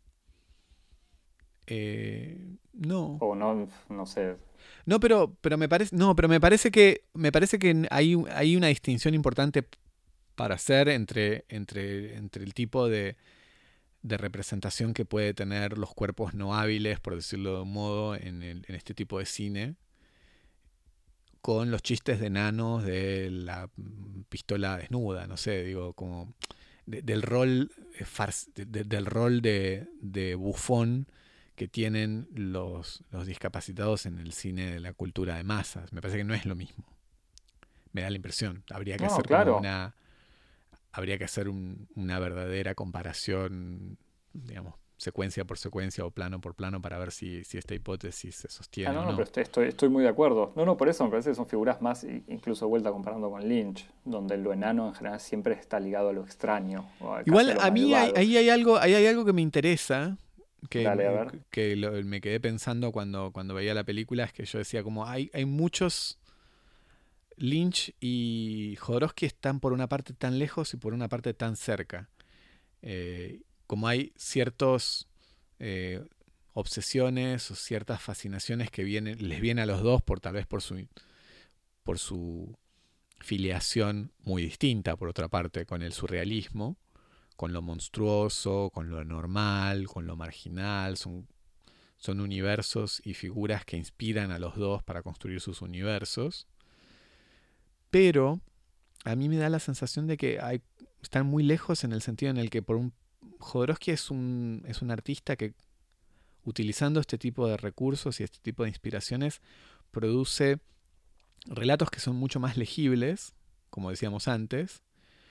Eh, no. O no, no sé. No, pero, pero me parece, no, pero me parece que, me parece que hay, hay una distinción importante para hacer entre, entre, entre el tipo de, de representación que puede tener los cuerpos no hábiles, por decirlo de un modo, en, el- en este tipo de cine, con los chistes de enanos de la mm, pistola desnuda, no sé, digo, como. de, del rol, eh, far- de, de, del rol de, de bufón que tienen los, los discapacitados en el cine de la cultura de masas. Me parece que no es lo mismo. Me da la impresión. Habría que No, no, hacer como claro. una, habría que hacer un, una verdadera comparación, digamos, secuencia por secuencia o plano por plano para ver si, si esta hipótesis se Ah, sostiene no, o no, pero no. estoy, estoy, estoy muy de acuerdo. No, no, por eso me parece que son figuras más, i- incluso de vuelta comparando con Lynch, donde lo enano en general siempre está ligado a lo extraño, o a- casi a Igual lo a mí hay- malvado. ahí hay algo, ahí hay algo que me interesa, que, Dale, a me- ver. que lo- me quedé pensando cuando, cuando veía la película, es que yo decía como hay, hay muchos Lynch y Jodorowsky están por una parte tan lejos y por una parte tan cerca. Eh, como hay ciertos eh, obsesiones o ciertas fascinaciones que vienen, les vienen a los dos por tal vez por su, por su filiación muy distinta, por otra parte, con el surrealismo, con lo monstruoso, con lo normal, con lo marginal. Son, son universos y figuras que inspiran a los dos para construir sus universos. Pero a mí me da la sensación de que hay, están muy lejos en el sentido en el que por un Jodorowsky es un, es un artista que utilizando este tipo de recursos y este tipo de inspiraciones produce relatos que son mucho más legibles, como decíamos antes,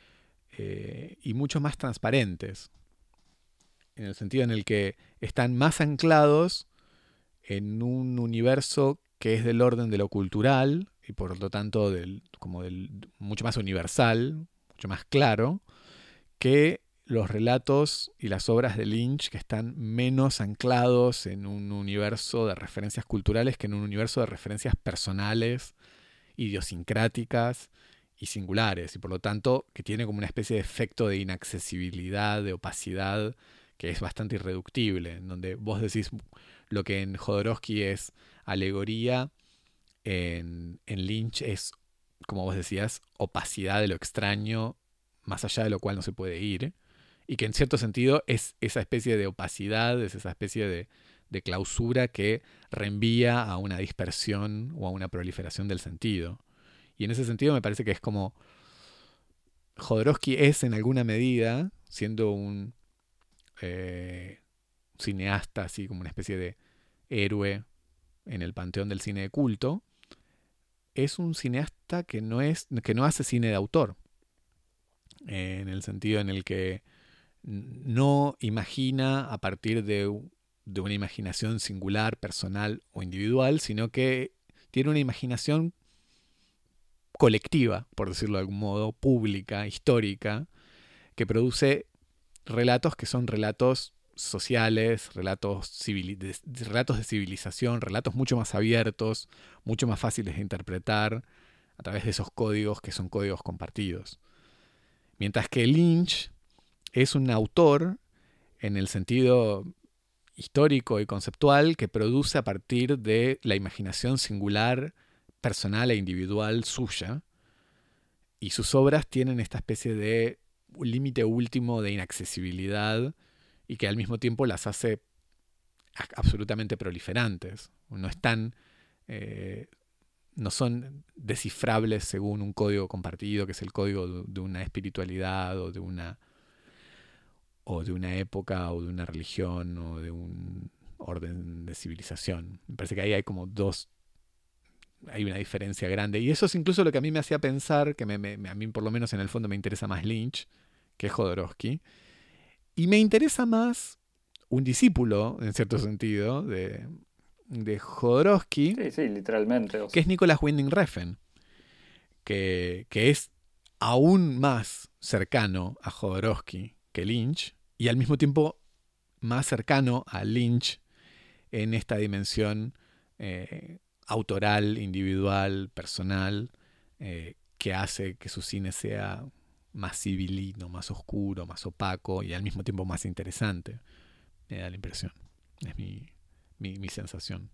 eh, y mucho más transparentes, en el sentido en el que están más anclados en un universo que es del orden de lo cultural y por lo tanto del, como del, mucho más universal, mucho más claro, que los relatos y las obras de Lynch que están menos anclados en un universo de referencias culturales que en un universo de referencias personales, idiosincráticas y singulares, y por lo tanto que tiene como una especie de efecto de inaccesibilidad, de opacidad, que es bastante irreductible, en donde vos decís lo que en Jodorowsky es alegoría, en, en Lynch es, como vos decías, opacidad de lo extraño, más allá de lo cual no se puede ir, y que en cierto sentido es esa especie de opacidad, es esa especie de, de clausura que reenvía a una dispersión o a una proliferación del sentido. Y en ese sentido me parece que es como Jodorowsky es en alguna medida, siendo un eh, cineasta así como una especie de héroe en el panteón del cine de culto, es un cineasta que no, es, que no hace cine de autor, eh, en el sentido en el que no imagina a partir de, de una imaginación singular, personal o individual, sino que tiene una imaginación colectiva, por decirlo de algún modo, pública, histórica, que produce relatos que son relatos sociales, relatos, civili de, relatos de civilización, relatos mucho más abiertos, mucho más fáciles de interpretar a través de esos códigos que son códigos compartidos. Mientras que Lynch es un autor en el sentido histórico y conceptual que produce a partir de la imaginación singular, personal e individual suya, y sus obras tienen esta especie de límite último de inaccesibilidad y que al mismo tiempo las hace absolutamente proliferantes. No están, eh, no son descifrables según un código compartido, que es el código de una espiritualidad o de una, o de una época o de una religión o de un orden de civilización. Me parece que ahí hay como dos, hay una diferencia grande. Y eso es incluso lo que a mí me hacía pensar, que me, me, a mí por lo menos en el fondo me interesa más Lynch que Jodorowsky. Y me interesa más un discípulo, en cierto sentido, de, de Jodorowsky, Sí, sí, literalmente. O que sea, es Nicolas Winding Refn, que, que es aún más cercano a Jodorowsky que Lynch, y al mismo tiempo más cercano a Lynch en esta dimensión eh, autoral, individual, personal, eh, que hace que su cine sea más civilino, más oscuro, más opaco y al mismo tiempo más interesante. Me da la impresión. Es mi, mi, mi sensación.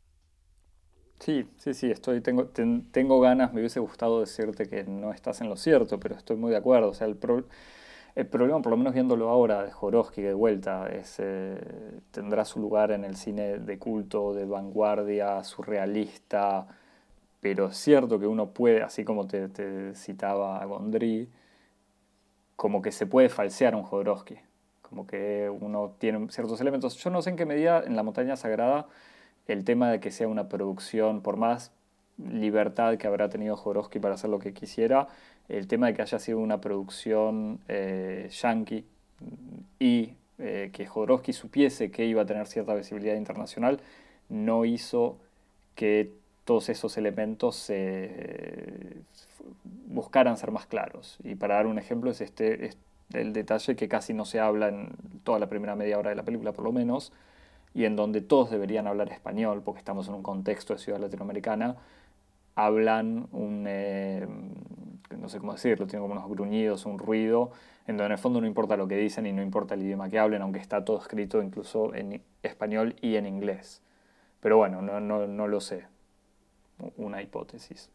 sí, sí, sí, estoy, tengo, ten- tengo ganas, me hubiese gustado decirte que no estás en lo cierto, pero estoy muy de acuerdo. O sea, el, pro- el problema, por lo menos viéndolo ahora, de Jodorowsky de vuelta, es, eh, tendrá su lugar en el cine de culto, de vanguardia, surrealista, pero es cierto que uno puede, así como te, te citaba a Gondry, como que se puede falsear un Jodorowsky, como que uno tiene ciertos elementos. Yo no sé en qué medida en La Montaña Sagrada el tema de que sea una producción, por más libertad que habrá tenido Jodorowsky para hacer lo que quisiera, el tema de que haya sido una producción eh, yankee y eh, que Jodorowsky supiese que iba a tener cierta visibilidad internacional, no hizo que todos esos elementos se eh, buscaran ser más claros. Y para dar un ejemplo es este, es el detalle que casi no se habla en toda la primera media hora de la película, por lo menos, y en donde todos deberían hablar español, porque estamos en un contexto de ciudad latinoamericana, hablan un, eh, no sé cómo decirlo, tienen como unos gruñidos, un ruido, en donde en el fondo no importa lo que dicen y no importa el idioma que hablen, aunque está todo escrito incluso en español y en inglés. Pero bueno, no, no, no lo sé. Una hipótesis.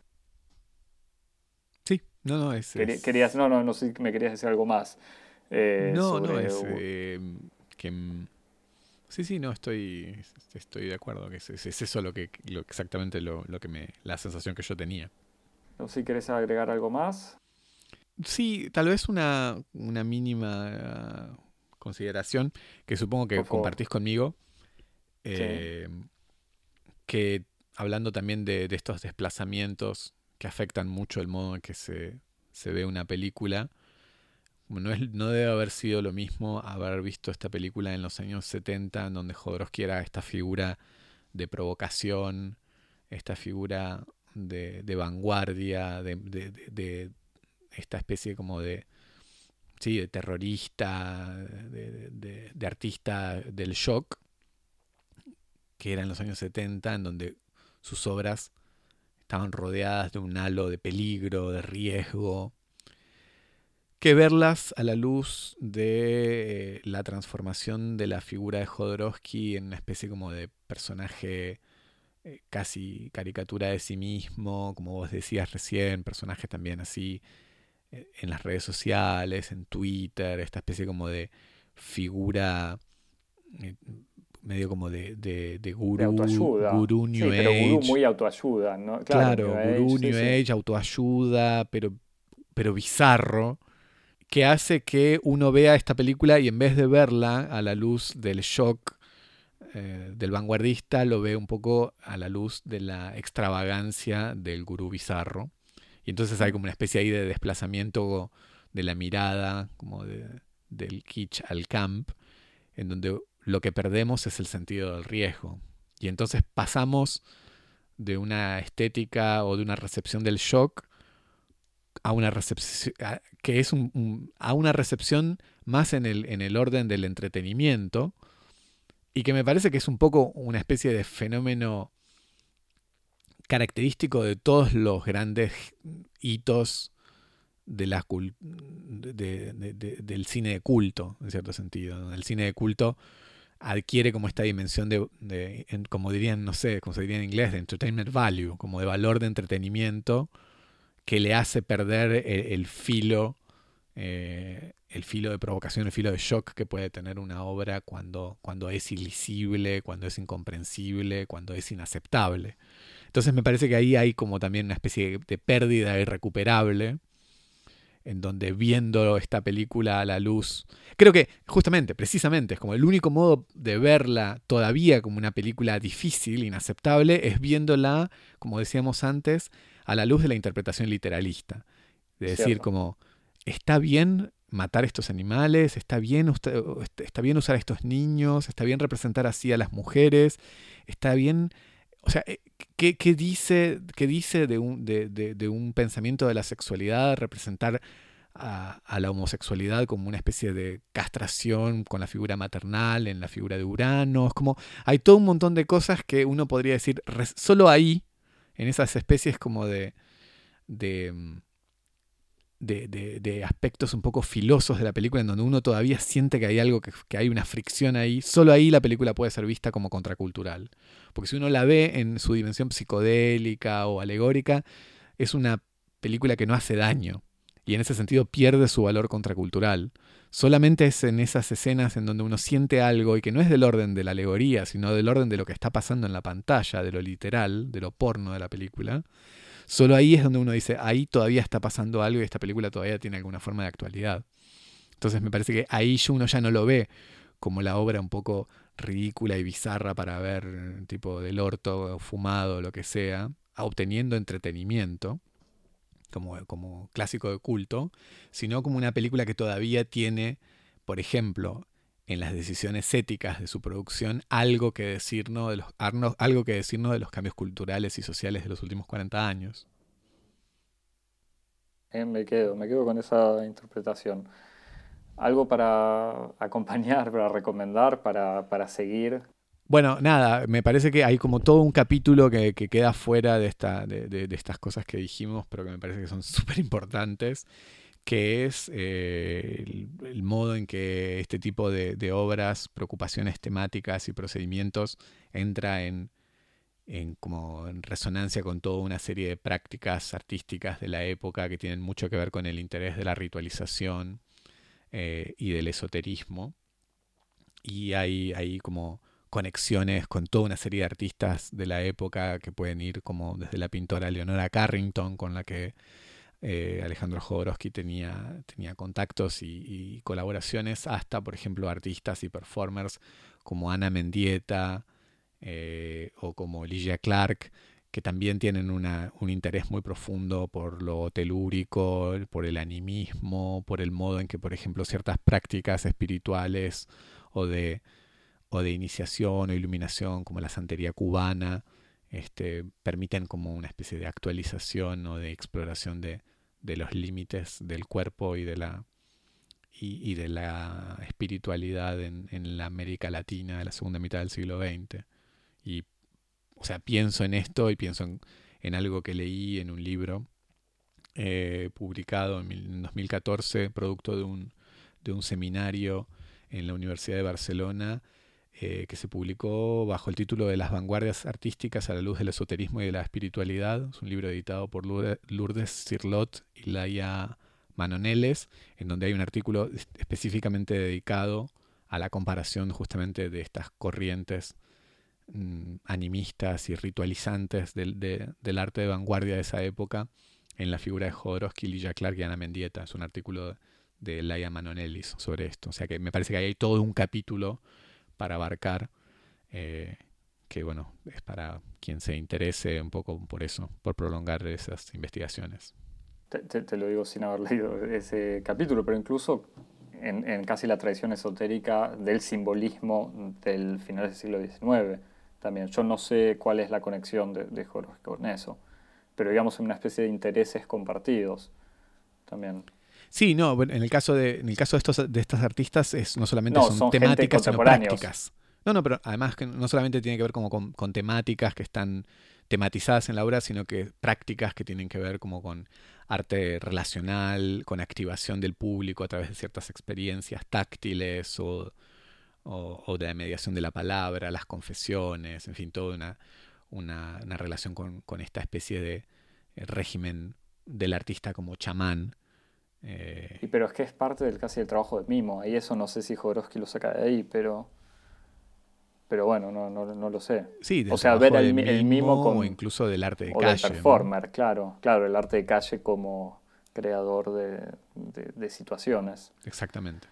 Sí, no, no, es... Querí- es... Querías, no, no, no sé, me querías decir algo más eh, No, no, sobre... es eh, que... mm, Sí, sí, no, estoy, estoy de acuerdo, que es, es- es eso lo que, lo, exactamente lo, lo que me, la sensación que yo tenía. No sé si querés agregar algo más. Sí, tal vez una, una mínima ah, consideración que supongo Por que favor. compartís conmigo, Sí, eh, que hablando también de, de estos desplazamientos que afectan mucho el modo en que se, se ve una película, no, es, no debe haber sido lo mismo haber visto esta película en los años setenta, en donde Jodorowsky era esta figura de provocación, esta figura de, de vanguardia, de, de, de, de esta especie como de, sí, de terrorista, de, de, de artista del shock, que era en los años setenta, en donde sus obras estaban rodeadas de un halo de peligro, de riesgo, que verlas a la luz de eh, la transformación de la figura de Jodorowsky en una especie como de personaje eh, casi caricatura de sí mismo, como vos decías recién, personaje también así eh, en las redes sociales, en Twitter, esta especie como de figura eh, medio como de, de, de de gurú, autoayuda. gurú New Sí, pero gurú Age, muy autoayuda, ¿no? Claro, New claro, Age, gurú sí, New sí. Age, autoayuda, pero, pero bizarro, que hace que uno vea esta película y en vez de verla a la luz del shock eh, del vanguardista, lo ve un poco a la luz de la extravagancia del gurú bizarro. Y entonces hay Mm. como una especie ahí de desplazamiento de la mirada, como de, del kitsch al camp, en donde lo que perdemos es el sentido del riesgo. Y entonces pasamos de una estética o de una recepción del shock a una recepción que es un, un, a una recepción más en el, en el orden del entretenimiento, y que me parece que es un poco una especie de fenómeno característico de todos los grandes hitos de la cul- de, de, de, del cine de culto, en cierto sentido. El cine de culto adquiere como esta dimensión de, de en, como dirían, no sé, como se diría en inglés, de entertainment value, como de valor de entretenimiento, que le hace perder el, el filo, eh, el filo de provocación, el filo de shock que puede tener una obra cuando, cuando es ilisible, cuando es incomprensible, cuando es inaceptable. Entonces me parece que ahí hay como también una especie de pérdida irrecuperable, en donde viendo esta película a la luz, creo que justamente, precisamente, es como el único modo de verla todavía como una película difícil, inaceptable, es viéndola, como decíamos antes, a la luz de la interpretación literalista. De decir Cierto. como, está bien matar estos animales, está bien, está bien usar a estos niños, está bien representar así a las mujeres, está bien... O sea, ¿qué, qué dice, qué dice de, un, de, de, de un pensamiento de la sexualidad representar a, a la homosexualidad como una especie de castración con la figura maternal, en la figura de Urano? Es como, hay todo un montón de cosas que uno podría decir, solo ahí, en esas especies como de... de de, de, de, aspectos un poco filosos de la película, en donde uno todavía siente que hay algo, que, que, hay una fricción ahí, solo ahí la película puede ser vista como contracultural. Porque si uno la ve en su dimensión psicodélica o alegórica, es una película que no hace daño, y en ese sentido pierde su valor contracultural. Solamente es en esas escenas en donde uno siente algo, y que no es del orden de la alegoría, sino del orden de lo que está pasando en la pantalla, de lo literal, de lo porno de la película. Solo ahí es donde uno dice, ahí todavía está pasando algo y esta película todavía tiene alguna forma de actualidad. Entonces me parece que ahí uno ya no lo ve como la obra un poco ridícula y bizarra para ver tipo del orto fumado o lo que sea, obteniendo entretenimiento como, como clásico de culto, sino como una película que todavía tiene, por ejemplo, en las decisiones éticas de su producción, algo que decirnos de los, algo que decirnos de los cambios culturales y sociales de los últimos cuarenta años. Eh, me quedo, me quedo con esa interpretación. ¿Algo para acompañar, para recomendar, para, para seguir? Bueno, nada, me parece que hay como todo un capítulo que, que queda fuera de, esta, de, de, de estas cosas que dijimos, pero que me parece que son súper importantes, que es eh, el, el modo en que este tipo de, de obras, preocupaciones temáticas y procedimientos entra en, en, como en resonancia con toda una serie de prácticas artísticas de la época que tienen mucho que ver con el interés de la ritualización eh, y del esoterismo. Y hay, hay como conexiones con toda una serie de artistas de la época que pueden ir como desde la pintora Leonora Carrington, con la que eh, Alejandro Jodorowsky tenía, tenía contactos y, y colaboraciones, hasta, por ejemplo, artistas y performers como Ana Mendieta eh, o como Lygia Clark, que también tienen una, un interés muy profundo por lo telúrico, por el animismo, por el modo en que, por ejemplo, ciertas prácticas espirituales o de, o de iniciación o iluminación, como la santería cubana, este, permiten como una especie de actualización o de exploración de, de los límites del cuerpo y de la, y, y de la espiritualidad en, en la América Latina de la segunda mitad del siglo veinte. Y, o sea, pienso en esto y pienso en, en algo que leí en un libro eh, publicado en, en dos mil catorce, producto de un, de un seminario en la Universidad de Barcelona, eh, que se publicó bajo el título de Las vanguardias artísticas a la luz del esoterismo y de la espiritualidad. Es un libro editado por Lourdes Cirlot y Laia Manoneles, en donde hay un artículo específicamente dedicado a la comparación justamente de estas corrientes mmm, animistas y ritualizantes del, de, del arte de vanguardia de esa época en la figura de Jodorowsky, Lygia Clark y Ana Mendieta. Es un artículo de, de Laia Manonelis sobre esto. O sea que me parece que hay todo un capítulo para abarcar, eh, que bueno, es para quien se interese un poco por eso, por prolongar esas investigaciones. Te, te, te lo digo sin haber leído ese capítulo, pero incluso en, en casi la tradición esotérica del simbolismo del final del siglo diecinueve también. Yo no sé cuál es la conexión de, de Jodorowsky con eso, pero digamos en una especie de intereses compartidos también. Sí, no, en el caso de, en el caso de estos de estas artistas es no solamente No, son, son temáticas, sino prácticas. No, no, pero además que no solamente tiene que ver como con, con temáticas que están tematizadas en la obra, sino que prácticas que tienen que ver como con arte relacional, con activación del público a través de ciertas experiencias táctiles o, o, o de la mediación de la palabra, las confesiones, en fin, toda una, una, una relación con, con esta especie de régimen del artista como chamán. Eh... Y pero es que es parte del casi el trabajo de mimo, y eso no sé si Jodorowsky lo saca de ahí, pero pero bueno, no, no, no lo sé. Sí, del o sea, ver el, mimo, el mimo con, o incluso del arte de o calle, del performer, ¿no? claro, claro, el arte de calle como creador de, de, de situaciones. Exactamente.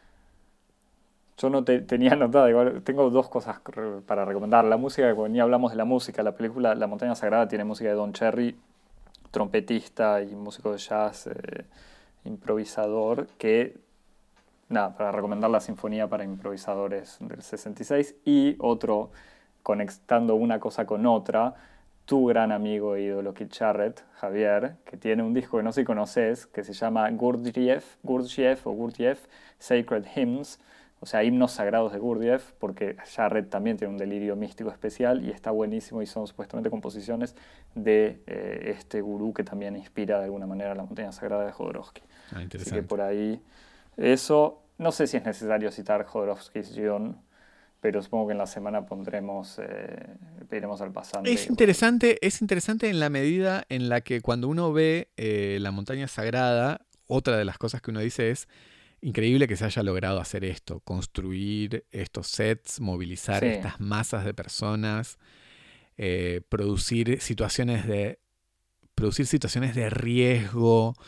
Yo no te, tenía anotada, igual tengo dos cosas para recomendar. La música, cuando ni hablamos de la música, la película La Montaña Sagrada tiene música de Don Cherry, trompetista y músico de jazz, eh, improvisador, que, nada, para recomendar la Sinfonía para Improvisadores del sesenta y seis, y otro, conectando una cosa con otra, tu gran amigo e ídolo Keith Jarrett, Javier, que tiene un disco que no sé si conoces, que se llama Gurdjieff, Gurdjieff o Gurdjieff Sacred Hymns, o sea, himnos sagrados de Gurdjieff, porque Jarrett también tiene un delirio místico especial y está buenísimo y son supuestamente composiciones de eh, este gurú que también inspira de alguna manera la Montaña Sagrada de Jodorowsky. Ah, interesante. Así que por ahí, eso, no sé si es necesario citar Jodorowsky's guión, pero supongo que en la semana pondremos, eh, pediremos al pasante. Es interesante, es interesante en la medida en la que cuando uno ve eh, la Montaña Sagrada, otra de las cosas que uno dice es increíble que se haya logrado hacer esto, construir estos sets, movilizar sí. estas masas de personas, eh, producir situaciones de producir situaciones de riesgo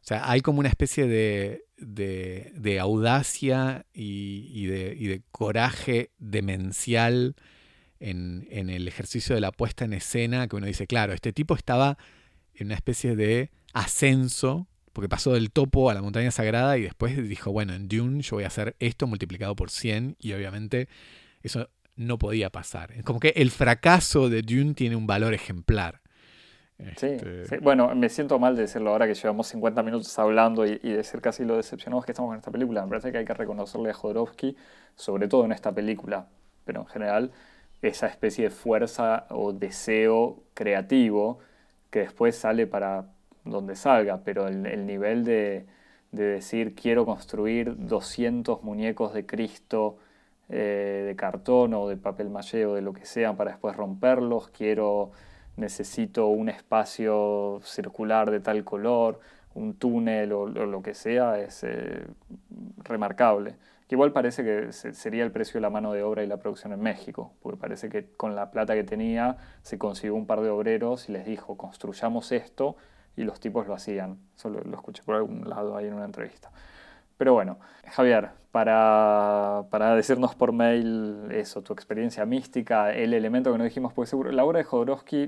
O sea, hay como una especie de, de, de audacia y, y, de, y de coraje demencial en, en el ejercicio de la puesta en escena, que uno dice, claro, este tipo estaba en una especie de ascenso, porque pasó del topo a la montaña sagrada y después dijo, bueno, en Dune yo voy a hacer esto multiplicado por cien, y obviamente eso no podía pasar. Es como que el fracaso de Dune tiene un valor ejemplar. Sí, Este... sí, bueno, me siento mal de decirlo ahora que llevamos cincuenta minutos hablando y, y decir casi lo decepcionados que estamos con esta película. Me parece que hay que reconocerle a Jodorowsky, sobre todo en esta película, pero en general, esa especie de fuerza o deseo creativo que después sale para donde salga, pero el, el nivel de, de decir quiero construir doscientos muñecos de Cristo eh, de cartón o de papel maché o de lo que sea para después romperlos, quiero... necesito un espacio circular de tal color, un túnel o, o lo que sea, es eh, remarcable. Que igual parece que se, sería el precio de la mano de obra y la producción en México, porque parece que con la plata que tenía se consiguió un par de obreros y les dijo, construyamos esto, y los tipos lo hacían. Eso lo, lo escuché por algún lado ahí en una entrevista. Pero bueno, Javier, para, para decirnos por mail eso, tu experiencia mística, el elemento que no dijimos, porque seguro, la obra de Jodorowsky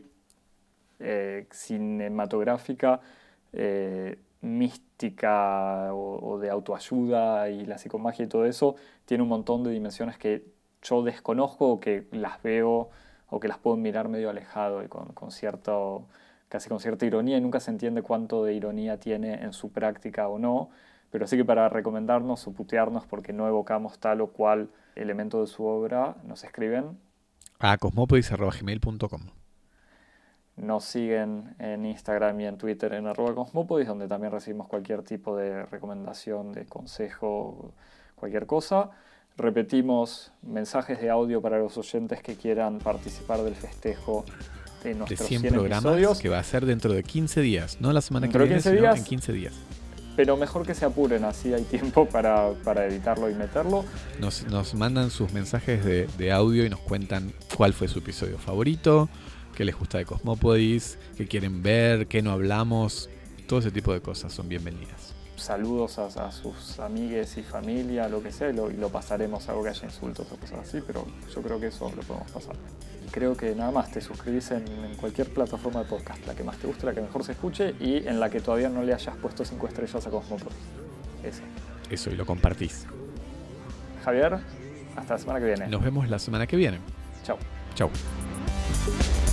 eh, cinematográfica, eh, mística o, o de autoayuda y la psicomagia y todo eso, tiene un montón de dimensiones que yo desconozco o que las veo o que las puedo mirar medio alejado y con, con cierto, casi con cierta ironía, y nunca se entiende cuánto de ironía tiene en su práctica o no. Pero sí que para recomendarnos o putearnos porque no evocamos tal o cual elemento de su obra, nos escriben a cosmopodis arroba gmail punto com. Nos siguen en Instagram y en Twitter en arroba cosmopodis, donde también recibimos cualquier tipo de recomendación, de consejo, cualquier cosa. Repetimos, mensajes de audio para los oyentes que quieran participar del festejo de nuestros de cien cien programas episodios. Que va a ser dentro de quince días, no la semana Dentro que de viene, quince sino días. en quince días. Pero mejor que se apuren, así hay tiempo para, para editarlo y meterlo. Nos, nos mandan sus mensajes de, de audio y nos cuentan cuál fue su episodio favorito, qué les gusta de Cosmopodis, qué quieren ver, qué no hablamos. Todo ese tipo de cosas son bienvenidas. Saludos a, a sus amigues y familia, lo que sea, y lo, y lo pasaremos, algo que haya insultos o cosas así, pero yo creo que eso lo podemos pasar. Y creo que nada más, te suscribís en, en cualquier plataforma de podcast, la que más te guste, la que mejor se escuche y en la que todavía no le hayas puesto cinco estrellas a Cosmopodis. Eso. Eso, y lo compartís. Javier, hasta la semana que viene. Nos vemos la semana que viene. Chao. Chao.